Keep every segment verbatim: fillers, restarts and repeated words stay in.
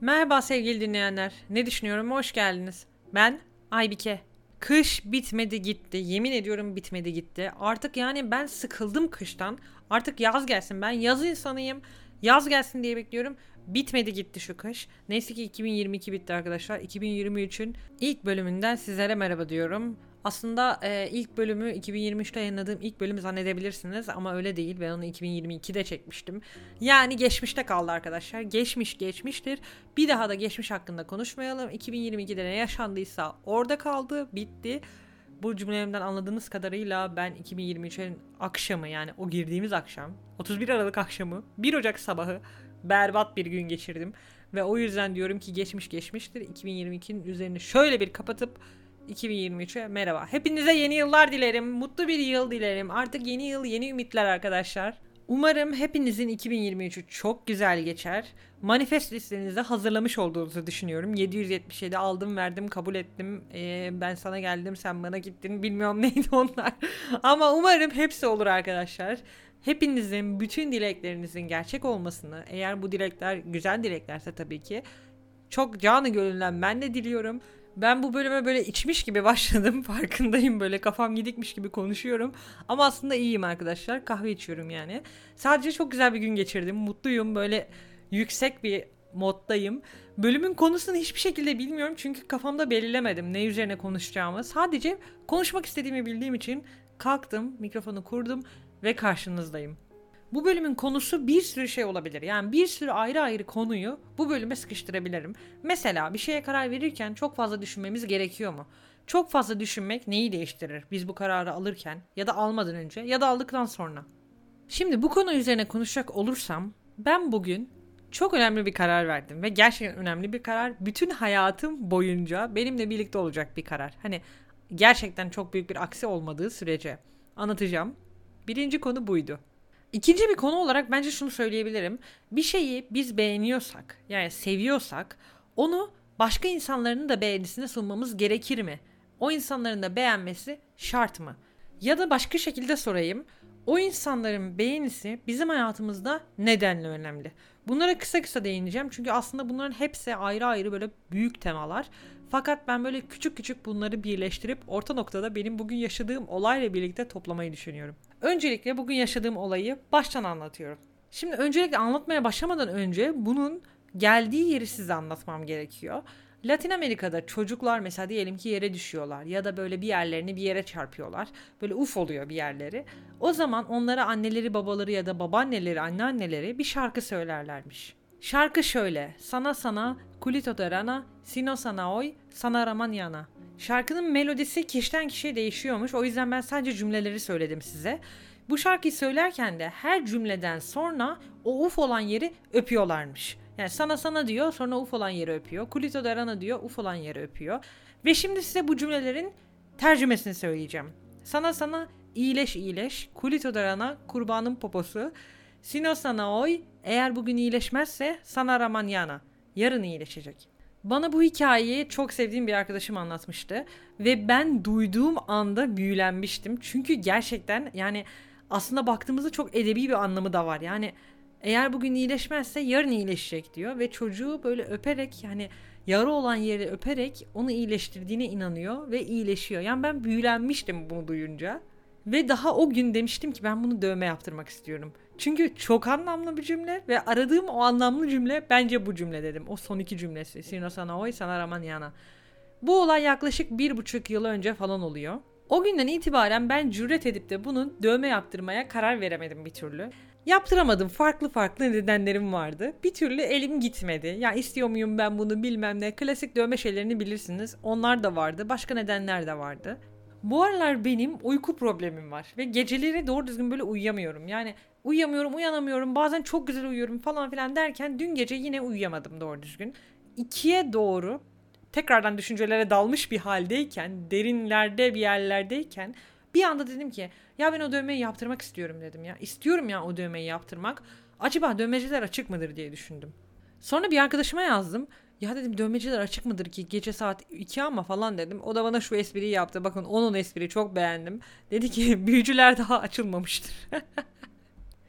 Merhaba sevgili dinleyenler. Ne düşünüyorum? Hoş geldiniz. Ben Aybike. Kış bitmedi gitti. Yemin ediyorum bitmedi gitti. Artık yani ben sıkıldım kıştan. Artık yaz gelsin. Ben yaz insanıyım. Yaz gelsin diye bekliyorum. Bitmedi gitti şu kış. Neyse ki iki bin yirmi iki bitti arkadaşlar. iki bin yirmi üçün ilk bölümünden sizlere merhaba diyorum. Aslında e, ilk bölümü iki bin yirmi üçte yayınladığım ilk bölümü zannedebilirsiniz ama öyle değil. Ben onu iki bin yirmi ikide çekmiştim. Yani geçmişte kaldı arkadaşlar. Geçmiş geçmiştir. Bir daha da geçmiş hakkında konuşmayalım. iki bin yirmi ikide ne yaşandıysa orada kaldı, bitti. Bu cümlelerimden anladığınız kadarıyla ben iki bin yirmi üçün akşamı, yani o girdiğimiz akşam, otuz bir Aralık akşamı, bir Ocak sabahı berbat bir gün geçirdim. Ve o yüzden diyorum ki geçmiş geçmiştir. iki bin yirmi ikinin üzerini şöyle bir kapatıp iki bin yirmi üçe merhaba. Hepinize yeni yıllar dilerim. Mutlu bir yıl dilerim. Artık yeni yıl, yeni ümitler arkadaşlar. Umarım hepinizin iki bin yirmi üçü çok güzel geçer. Manifest listenizi hazırlamış olduğunuzu düşünüyorum. yedi yüz yetmiş yedi aldım, verdim, kabul ettim. Ee, ben sana geldim, sen bana gittin. Bilmiyorum neydi onlar. Ama umarım hepsi olur arkadaşlar. Hepinizin bütün dileklerinizin gerçek olmasını, eğer bu dilekler güzel dileklerse tabii ki, çok canı gönülden ben de diliyorum. Ben bu bölüme böyle içmiş gibi başladım. Farkındayım, böyle kafam gidikmiş gibi konuşuyorum. Ama aslında iyiyim arkadaşlar. Kahve içiyorum yani. Sadece çok güzel bir gün geçirdim. Mutluyum. Böyle yüksek bir moddayım. Bölümün konusunu hiçbir şekilde bilmiyorum. Çünkü kafamda belirlemedim ne üzerine konuşacağımı. Sadece konuşmak istediğimi bildiğim için kalktım, mikrofonu kurdum ve karşınızdayım. Bu bölümün konusu bir sürü şey olabilir. Yani bir sürü ayrı ayrı konuyu bu bölüme sıkıştırabilirim. Mesela bir şeye karar verirken çok fazla düşünmemiz gerekiyor mu? Çok fazla düşünmek neyi değiştirir biz bu kararı alırken ya da almadan önce ya da aldıktan sonra? Şimdi bu konu üzerine konuşacak olursam, ben bugün çok önemli bir karar verdim ve gerçekten önemli bir karar. Bütün hayatım boyunca benimle birlikte olacak bir karar. Hani gerçekten çok büyük bir aksi olmadığı sürece. Anlatacağım. Birinci konu buydu. İkinci bir konu olarak bence şunu söyleyebilirim. Bir şeyi biz beğeniyorsak, yani seviyorsak, onu başka insanların da beğenisine sunmamız gerekir mi? O insanların da beğenmesi şart mı? Ya da başka şekilde sorayım. O insanların beğenisi bizim hayatımızda nedenle önemli? Bunlara kısa kısa değineceğim. Çünkü aslında bunların hepsi ayrı ayrı böyle büyük temalar. Fakat ben böyle küçük küçük bunları birleştirip orta noktada benim bugün yaşadığım olayla birlikte toplamayı düşünüyorum. Öncelikle bugün yaşadığım olayı baştan anlatıyorum. Şimdi öncelikle anlatmaya başlamadan önce bunun geldiği yeri size anlatmam gerekiyor. Latin Amerika'da çocuklar mesela diyelim ki yere düşüyorlar ya da böyle bir yerlerini bir yere çarpıyorlar. Böyle uf oluyor bir yerleri. O zaman onlara anneleri, babaları ya da babaanneleri, anneanneleri bir şarkı söylerlermiş. Şarkı şöyle: sana sana kulito de rana, sino sana hoy, sana ramanyana. Şarkının melodisi kişiden kişiye değişiyormuş. O yüzden ben sadece cümleleri söyledim size. Bu şarkıyı söylerken de her cümleden sonra o uf olan yeri öpüyorlarmış. Yani sana sana diyor, sonra uf olan yeri öpüyor. Kulito de rana diyor, uf olan yeri öpüyor. Ve şimdi size bu cümlelerin tercümesini söyleyeceğim. Sana sana iyileş iyileş, kulito de rana kurbanın poposu. Sino sana oy, eğer bugün iyileşmezse sana ramanyana, yarın iyileşecek. Bana bu hikayeyi çok sevdiğim bir arkadaşım anlatmıştı ve ben duyduğum anda büyülenmiştim. Çünkü gerçekten yani aslında baktığımızda çok edebi bir anlamı da var. Yani eğer bugün iyileşmezse yarın iyileşecek diyor ve çocuğu böyle öperek, yani yara olan yeri öperek onu iyileştirdiğine inanıyor ve iyileşiyor. Yani ben büyülenmiştim bunu duyunca. Ve daha o gün demiştim ki ben bunu dövme yaptırmak istiyorum. Çünkü çok anlamlı bir cümle ve aradığım o anlamlı cümle bence bu cümle dedim. O son iki cümlesi. Sino sana oy, sana ramanyana. Bu olay yaklaşık bir buçuk yıl önce falan oluyor. O günden itibaren ben cüret edip de bunun dövme yaptırmaya karar veremedim bir türlü. Yaptıramadım. Farklı farklı nedenlerim vardı. Bir türlü elim gitmedi. Ya istiyor muyum ben bunu bilmem ne. Klasik dövme şeylerini bilirsiniz. Onlar da vardı. Başka nedenler de vardı. Bu aralar benim uyku problemim var ve geceleri doğru düzgün böyle uyuyamıyorum. Yani uyuyamıyorum, uyanamıyorum, bazen çok güzel uyuyorum falan filan derken dün gece yine uyuyamadım doğru düzgün. ikiye doğru tekrardan düşüncelere dalmış bir haldeyken, derinlerde bir yerlerdeyken bir anda dedim ki ya ben o dövmeyi yaptırmak istiyorum dedim ya. İstiyorum ya o dövmeyi yaptırmak. Acaba dövmeciler açık mıdır diye düşündüm. Sonra bir arkadaşıma yazdım. Ya dedim dövmeciler açık mıdır ki gece saat iki ama falan dedim. O da bana şu espriyi yaptı. Bakın onun espriyi çok beğendim. Dedi ki büyücüler daha açılmamıştır.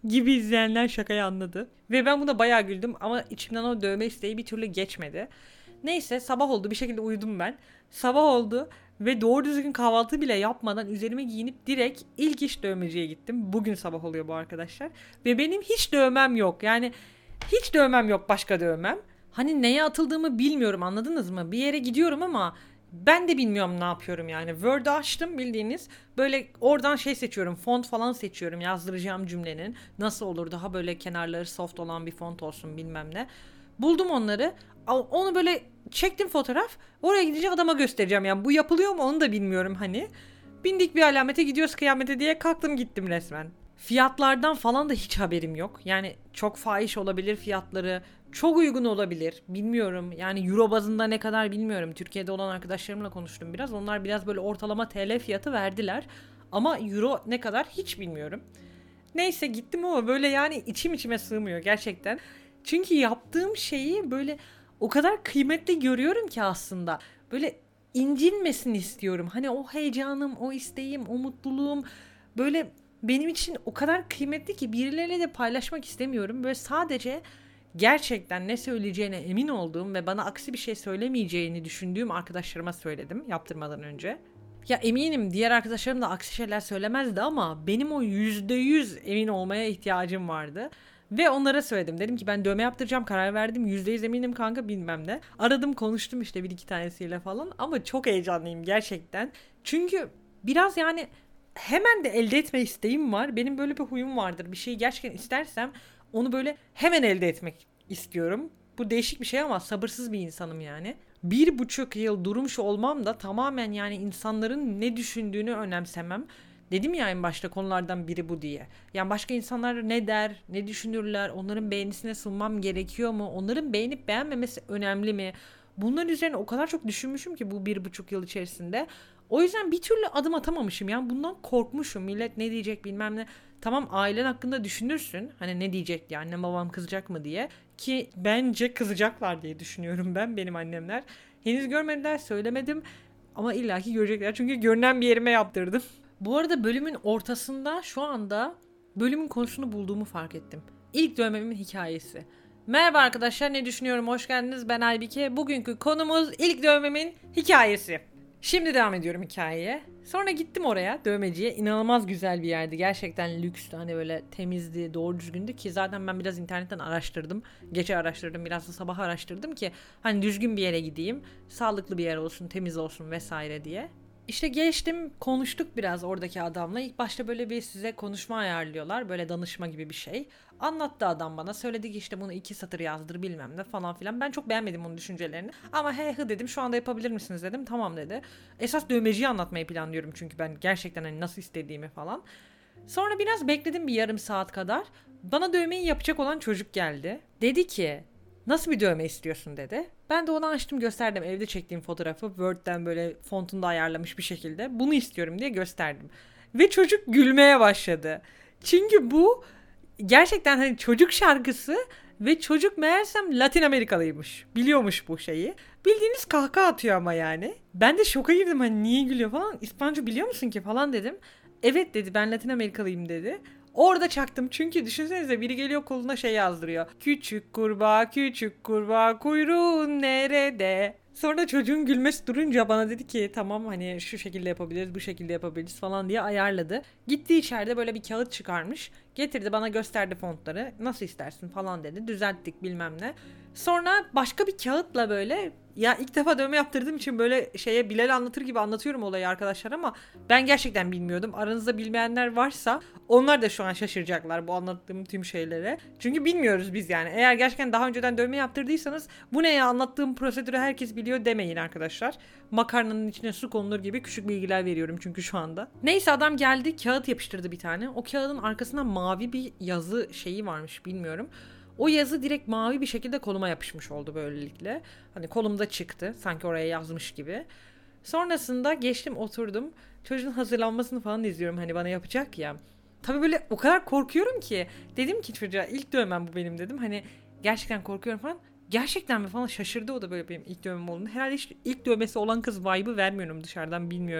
gibi izleyenler şakayı anladı. Ve ben buna bayağı güldüm ama içimden o dövme isteği bir türlü geçmedi. Neyse sabah oldu, bir şekilde uyudum ben. Sabah oldu ve doğru düzgün kahvaltı bile yapmadan üzerime giyinip direkt ilk iş dövmeciye gittim. Bugün sabah oluyor bu arkadaşlar. Ve benim hiç dövmem yok. Yani hiç dövmem yok, başka dövmem. Hani neye atıldığımı bilmiyorum, anladınız mı? Bir yere gidiyorum ama ben de bilmiyorum ne yapıyorum yani. Word'u açtım bildiğiniz. Böyle oradan şey seçiyorum. Font falan seçiyorum yazdıracağım cümlenin. Nasıl olur, daha böyle kenarları soft olan bir font olsun bilmem ne. Buldum onları. Onu böyle çektim fotoğraf. Oraya gidince adama göstereceğim. Yani bu yapılıyor mu onu da bilmiyorum hani. Bindik bir alamete, gidiyoruz kıyamete diye kalktım gittim resmen. Fiyatlardan falan da hiç haberim yok. Yani çok fahiş olabilir fiyatları. Çok uygun olabilir. Bilmiyorum. Yani euro bazında ne kadar bilmiyorum. Türkiye'de olan arkadaşlarımla konuştum biraz. Onlar biraz böyle ortalama T L fiyatı verdiler. Ama euro ne kadar hiç bilmiyorum. Neyse gittim ama böyle yani içim içime sığmıyor gerçekten. Çünkü yaptığım şeyi böyle o kadar kıymetli görüyorum ki aslında. Böyle incinmesin istiyorum. Hani o heyecanım, o isteğim, o mutluluğum böyle benim için o kadar kıymetli ki birileriyle de paylaşmak istemiyorum. Böyle sadece gerçekten ne söyleyeceğine emin olduğum ve bana aksi bir şey söylemeyeceğini düşündüğüm arkadaşlarıma söyledim yaptırmadan önce. Ya eminim diğer arkadaşlarım da aksi şeyler söylemezdi ama benim o yüzde yüz emin olmaya ihtiyacım vardı. Ve onlara söyledim. Dedim ki ben dövme yaptıracağım, karar verdim. yüzde yüz eminim kanka, bilmem ne. Aradım, konuştum işte bir iki tanesiyle falan. Ama çok heyecanlıyım gerçekten. Çünkü biraz yani hemen de elde etme isteğim var. Benim böyle bir huyum vardır. Bir şeyi gerçekten istersem onu böyle hemen elde etmek istiyorum. Bu değişik bir şey ama sabırsız bir insanım yani. Bir buçuk yıl durmuş olmam da tamamen yani insanların ne düşündüğünü önemsemem. Dedim ya en başta konulardan biri bu diye. Yani başka insanlar ne der, ne düşünürler, onların beğenisine sunmam gerekiyor mu? Onların beğenip beğenmemesi önemli mi? Bunların üzerine o kadar çok düşünmüşüm ki bu bir buçuk yıl içerisinde. O yüzden bir türlü adım atamamışım. Yani bundan korkmuşum. Millet ne diyecek bilmem ne. Tamam, ailen hakkında düşünürsün. Hani ne diyecek diye, annem babam kızacak mı diye. Ki bence kızacaklar diye düşünüyorum ben, benim annemler. Henüz görmediler, söylemedim. Ama illaki görecekler çünkü görünen bir yerime yaptırdım. Bu arada bölümün ortasında şu anda bölümün konusunu bulduğumu fark ettim. İlk dövmemin hikayesi. Merhaba arkadaşlar, ne düşünüyorum, hoş geldiniz, ben Aybike. Bugünkü konumuz ilk dövmemin hikayesi. Şimdi devam ediyorum hikayeye. Sonra gittim oraya, dövmeciye. İnanılmaz güzel bir yerdi. Gerçekten lükstü. Hani böyle temizdi, doğru düzgündü ki zaten ben biraz internetten araştırdım. Gece araştırdım, biraz da sabah araştırdım ki hani düzgün bir yere gideyim. Sağlıklı bir yer olsun, temiz olsun vesaire diye. İşte geçtim, konuştuk biraz oradaki adamla. İlk başta böyle bir size konuşma ayarlıyorlar. Böyle danışma gibi bir şey. Anlattı adam bana. Söyledi ki işte bunu iki satır yazdır bilmem ne falan filan. Ben çok beğenmedim onun düşüncelerini. Ama he hı dedim, şu anda yapabilir misiniz dedim. Tamam dedi. Esas dövmeciyi anlatmayı planlıyorum çünkü ben gerçekten hani nasıl istediğimi falan. Sonra biraz bekledim, bir yarım saat kadar. Bana dövmeyi yapacak olan çocuk geldi. Dedi ki nasıl bir dövme istiyorsun dedi. Ben de onu açtım, gösterdim evde çektiğim fotoğrafı. Word'den böyle fontunu da ayarlamış bir şekilde. Bunu istiyorum diye gösterdim. Ve çocuk gülmeye başladı. Çünkü bu gerçekten hani çocuk şarkısı ve çocuk meğersem Latin Amerikalıymış. Biliyormuş bu şeyi. Bildiğiniz kahkaha atıyor ama yani. Ben de şoka girdim, hani niye gülüyor falan. İspanyolca biliyor musun ki falan dedim. Evet dedi, ben Latin Amerikalıyım dedi. Orada çaktım çünkü düşünsenize, biri geliyor koluna şey yazdırıyor. Küçük kurbağa, küçük kurbağa, kuyruğun nerede? Sonra çocuğun gülmesi durunca bana dedi ki tamam hani şu şekilde yapabiliriz, bu şekilde yapabiliriz falan diye ayarladı. Gitti içeride böyle bir kağıt çıkarmış. Getirdi bana, gösterdi fontları. Nasıl istersin falan dedi. Düzelttik bilmem ne. Sonra başka bir kağıtla böyle, ya ilk defa dövme yaptırdığım için böyle şeye Bilal anlatır gibi anlatıyorum olayı arkadaşlar ama ben gerçekten bilmiyordum. Aranızda bilmeyenler varsa onlar da şu an şaşıracaklar bu anlattığım tüm şeylere. Çünkü bilmiyoruz biz yani. Eğer gerçekten daha önceden dövme yaptırdıysanız bu ne ya, anlattığım prosedürü herkes biliyor demeyin arkadaşlar. Makarnanın içine su konulur gibi küçük bilgiler veriyorum çünkü şu anda. Neyse adam geldi, kağıt yapıştırdı bir tane. O kağıdın arkasında mavi bir yazı şeyi varmış, bilmiyorum. O yazı direkt mavi bir şekilde koluma yapışmış oldu böylelikle. Hani kolumda çıktı. Sanki oraya yazmış gibi. Sonrasında geçtim, oturdum. Çocuğun hazırlanmasını falan izliyorum. Hani bana yapacak ya. Tabii böyle o kadar korkuyorum ki. Dedim ki çocuğa, ilk dövmem bu benim dedim. Hani gerçekten korkuyorum falan. Gerçekten mi falan, şaşırdı o da böyle benim ilk dövmem olduğunu. Herhalde hiç ilk dövmesi olan kız vibe'ı vermiyorum dışarıdan, bilmiyorum.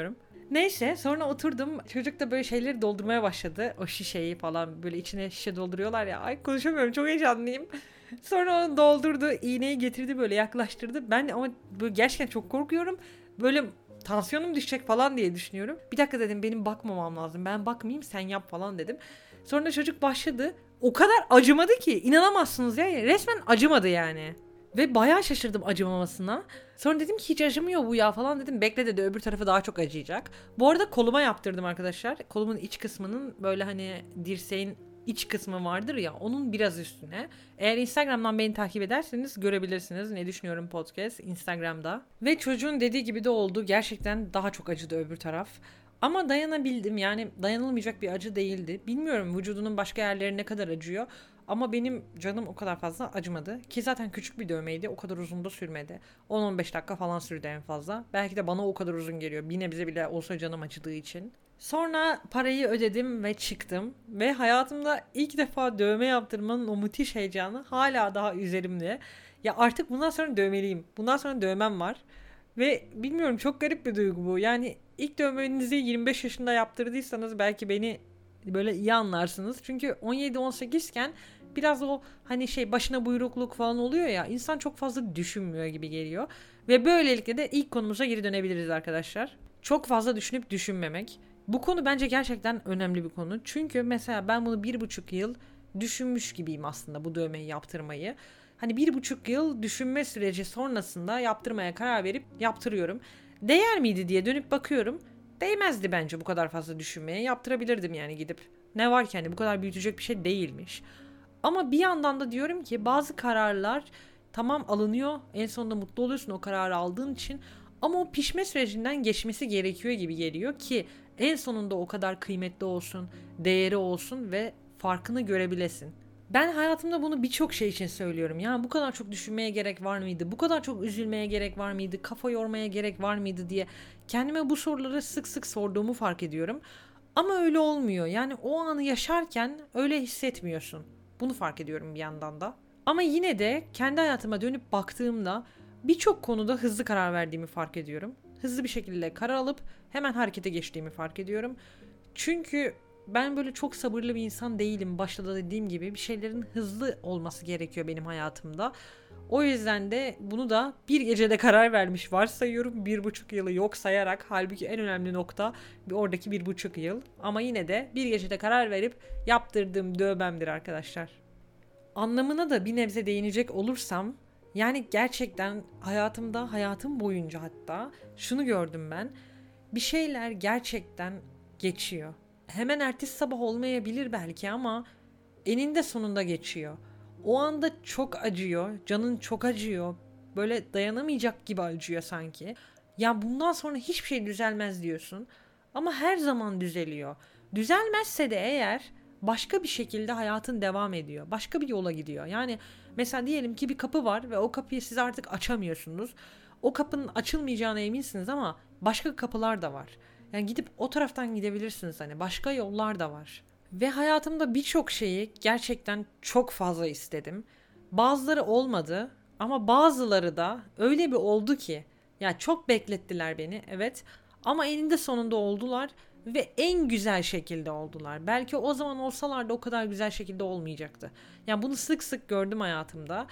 Neyse sonra oturdum. Çocuk da böyle şeyleri doldurmaya başladı. O şişeyi falan böyle içine şişe dolduruyorlar ya. Ay konuşamıyorum, çok heyecanlıyım. Sonra onu doldurdu. İğneyi getirdi, böyle yaklaştırdı. Ben ama böyle gerçekten çok korkuyorum. Böyle tansiyonum düşecek falan diye düşünüyorum. Bir dakika dedim, benim bakmamam lazım. Ben bakmayayım, sen yap falan dedim. Sonra da çocuk başladı. O kadar acımadı ki inanamazsınız ya. Resmen acımadı yani. Ve bayağı şaşırdım acımamasına. Sonra dedim ki hiç acımıyor bu ya falan dedim. Bekle dedi, öbür tarafı daha çok acıyacak. Bu arada koluma yaptırdım arkadaşlar. Kolumun iç kısmının böyle hani dirseğin iç kısmı vardır ya, onun biraz üstüne. Eğer Instagram'dan beni takip ederseniz görebilirsiniz. Ne düşünüyorum podcast Instagram'da. Ve çocuğun dediği gibi de oldu. Gerçekten daha çok acıdı öbür taraf. Ama dayanabildim, yani dayanılmayacak bir acı değildi. Bilmiyorum vücudunun başka yerleri ne kadar acıyor. Ama benim canım o kadar fazla acımadı. Ki zaten küçük bir dövmeydi. O kadar uzun da sürmedi. on on beş dakika falan sürdü en fazla. Belki de bana o kadar uzun geliyor. Bir nebze bile olsa canım acıdığı için. Sonra parayı ödedim ve çıktım. Ve hayatımda ilk defa dövme yaptırmanın o müthiş heyecanı hala daha üzerimde. Ya artık bundan sonra dövmeliyim. Bundan sonra dövmem var. Ve bilmiyorum, çok garip bir duygu bu. Yani ilk dövmenizi yirmi beş yaşında yaptırdıysanız belki beni böyle iyi anlarsınız. Çünkü on yedi on sekiz iken biraz o hani şey başına buyrukluk falan oluyor ya, insan çok fazla düşünmüyor gibi geliyor. Ve böylelikle de ilk konumuza geri dönebiliriz arkadaşlar. Çok fazla düşünüp düşünmemek. Bu konu bence gerçekten önemli bir konu. Çünkü mesela ben bunu bir buçuk yıl düşünmüş gibiyim aslında, bu dövmeyi yaptırmayı. Hani bir buçuk yıl düşünme süreci sonrasında yaptırmaya karar verip yaptırıyorum. Değer miydi diye dönüp bakıyorum. Değmezdi bence bu kadar fazla düşünmeye. Yaptırabilirdim yani gidip. Ne var ki hani, bu kadar büyütecek bir şey değilmiş. Ama bir yandan da diyorum ki bazı kararlar tamam alınıyor. En sonunda mutlu oluyorsun o kararı aldığın için. Ama o pişme sürecinden geçmesi gerekiyor gibi geliyor ki en sonunda o kadar kıymetli olsun, değeri olsun ve farkını görebilesin. Ben hayatımda bunu birçok şey için söylüyorum. Ya bu kadar çok düşünmeye gerek var mıydı? Bu kadar çok üzülmeye gerek var mıydı? Kafa yormaya gerek var mıydı diye kendime bu soruları sık sık sorduğumu fark ediyorum. Ama öyle olmuyor. Yani o anı yaşarken öyle hissetmiyorsun. Bunu fark ediyorum bir yandan da. Ama yine de kendi hayatıma dönüp baktığımda birçok konuda hızlı karar verdiğimi fark ediyorum. Hızlı bir şekilde karar alıp hemen harekete geçtiğimi fark ediyorum. Çünkü ben böyle çok sabırlı bir insan değilim. Başta da dediğim gibi bir şeylerin hızlı olması gerekiyor benim hayatımda. O yüzden de bunu da bir gecede karar vermiş varsayıyorum. Bir buçuk yılı yok sayarak. Halbuki en önemli nokta bir oradaki bir buçuk yıl. Ama yine de bir gecede karar verip yaptırdığım dövmemdir arkadaşlar. Anlamına da bir nebze değinecek olursam, yani gerçekten hayatımda, hayatım boyunca hatta şunu gördüm ben. Bir şeyler gerçekten geçiyor. Hemen ertesi sabah olmayabilir belki ama eninde sonunda geçiyor. O anda çok acıyor, canın çok acıyor. Böyle dayanamayacak gibi acıyor sanki. Ya bundan sonra hiçbir şey düzelmez diyorsun. Ama her zaman düzeliyor. Düzelmezse de eğer başka bir şekilde hayatın devam ediyor. Başka bir yola gidiyor. Yani mesela diyelim ki bir kapı var ve o kapıyı siz artık açamıyorsunuz. O kapının açılmayacağına eminsiniz ama başka kapılar da var. Yani gidip o taraftan gidebilirsiniz, hani başka yollar da var. Ve hayatımda birçok şeyi gerçekten çok fazla istedim. Bazıları olmadı ama bazıları da öyle bir oldu ki ya çok beklettiler beni, evet, ama eninde sonunda oldular ve en güzel şekilde oldular. Belki o zaman olsalar da o kadar güzel şekilde olmayacaktı. Yani bunu sık sık gördüm hayatımda.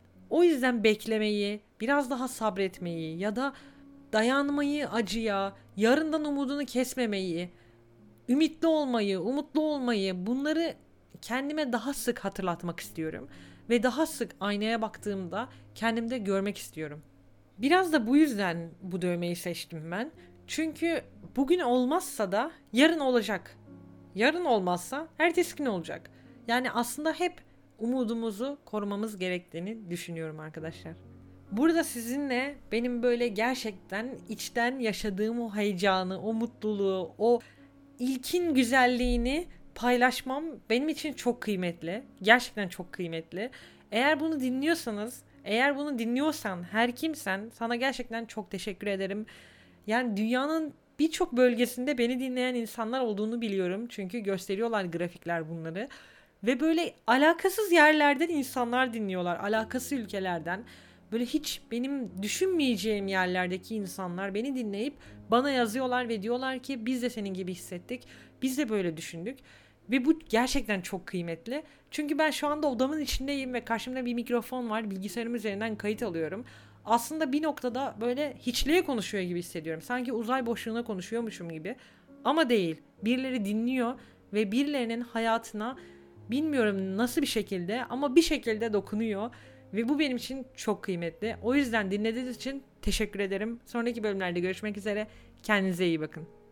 O yüzden beklemeyi, biraz daha sabretmeyi ya da dayanmayı acıya, yarından umudunu kesmemeyi, ümitli olmayı, umutlu olmayı, bunları kendime daha sık hatırlatmak istiyorum. Ve daha sık aynaya baktığımda kendimde görmek istiyorum. Biraz da bu yüzden bu dövmeyi seçtim ben. Çünkü bugün olmazsa da yarın olacak. Yarın olmazsa ertesi gün olacak. Yani aslında hep umudumuzu korumamız gerektiğini düşünüyorum arkadaşlar. Burada sizinle benim böyle gerçekten içten yaşadığım o heyecanı, o mutluluğu, o ilkin güzelliğini paylaşmam benim için çok kıymetli. Gerçekten çok kıymetli. Eğer bunu dinliyorsanız, eğer bunu dinliyorsan, her kimsen, sana gerçekten çok teşekkür ederim. Yani dünyanın birçok bölgesinde beni dinleyen insanlar olduğunu biliyorum. Çünkü gösteriyorlar grafikler bunları. Ve böyle alakasız yerlerden insanlar dinliyorlar. Alakasız ülkelerden. böyle hiç benim düşünmeyeceğim yerlerdeki insanlar beni dinleyip bana yazıyorlar ve diyorlar ki biz de senin gibi hissettik. Biz de böyle düşündük. Ve bu gerçekten çok kıymetli. Çünkü ben şu anda odamın içindeyim ve karşımda bir mikrofon var. Bilgisayarım üzerinden kayıt alıyorum. Aslında bir noktada böyle hiçliğe konuşuyor gibi hissediyorum. Sanki uzay boşluğuna konuşuyormuşum gibi. Ama değil. Birileri dinliyor ve birilerinin hayatına bilmiyorum nasıl bir şekilde ama bir şekilde dokunuyor. Ve bu benim için çok kıymetli. O yüzden dinlediğiniz için teşekkür ederim. Sonraki bölümlerde görüşmek üzere. Kendinize iyi bakın.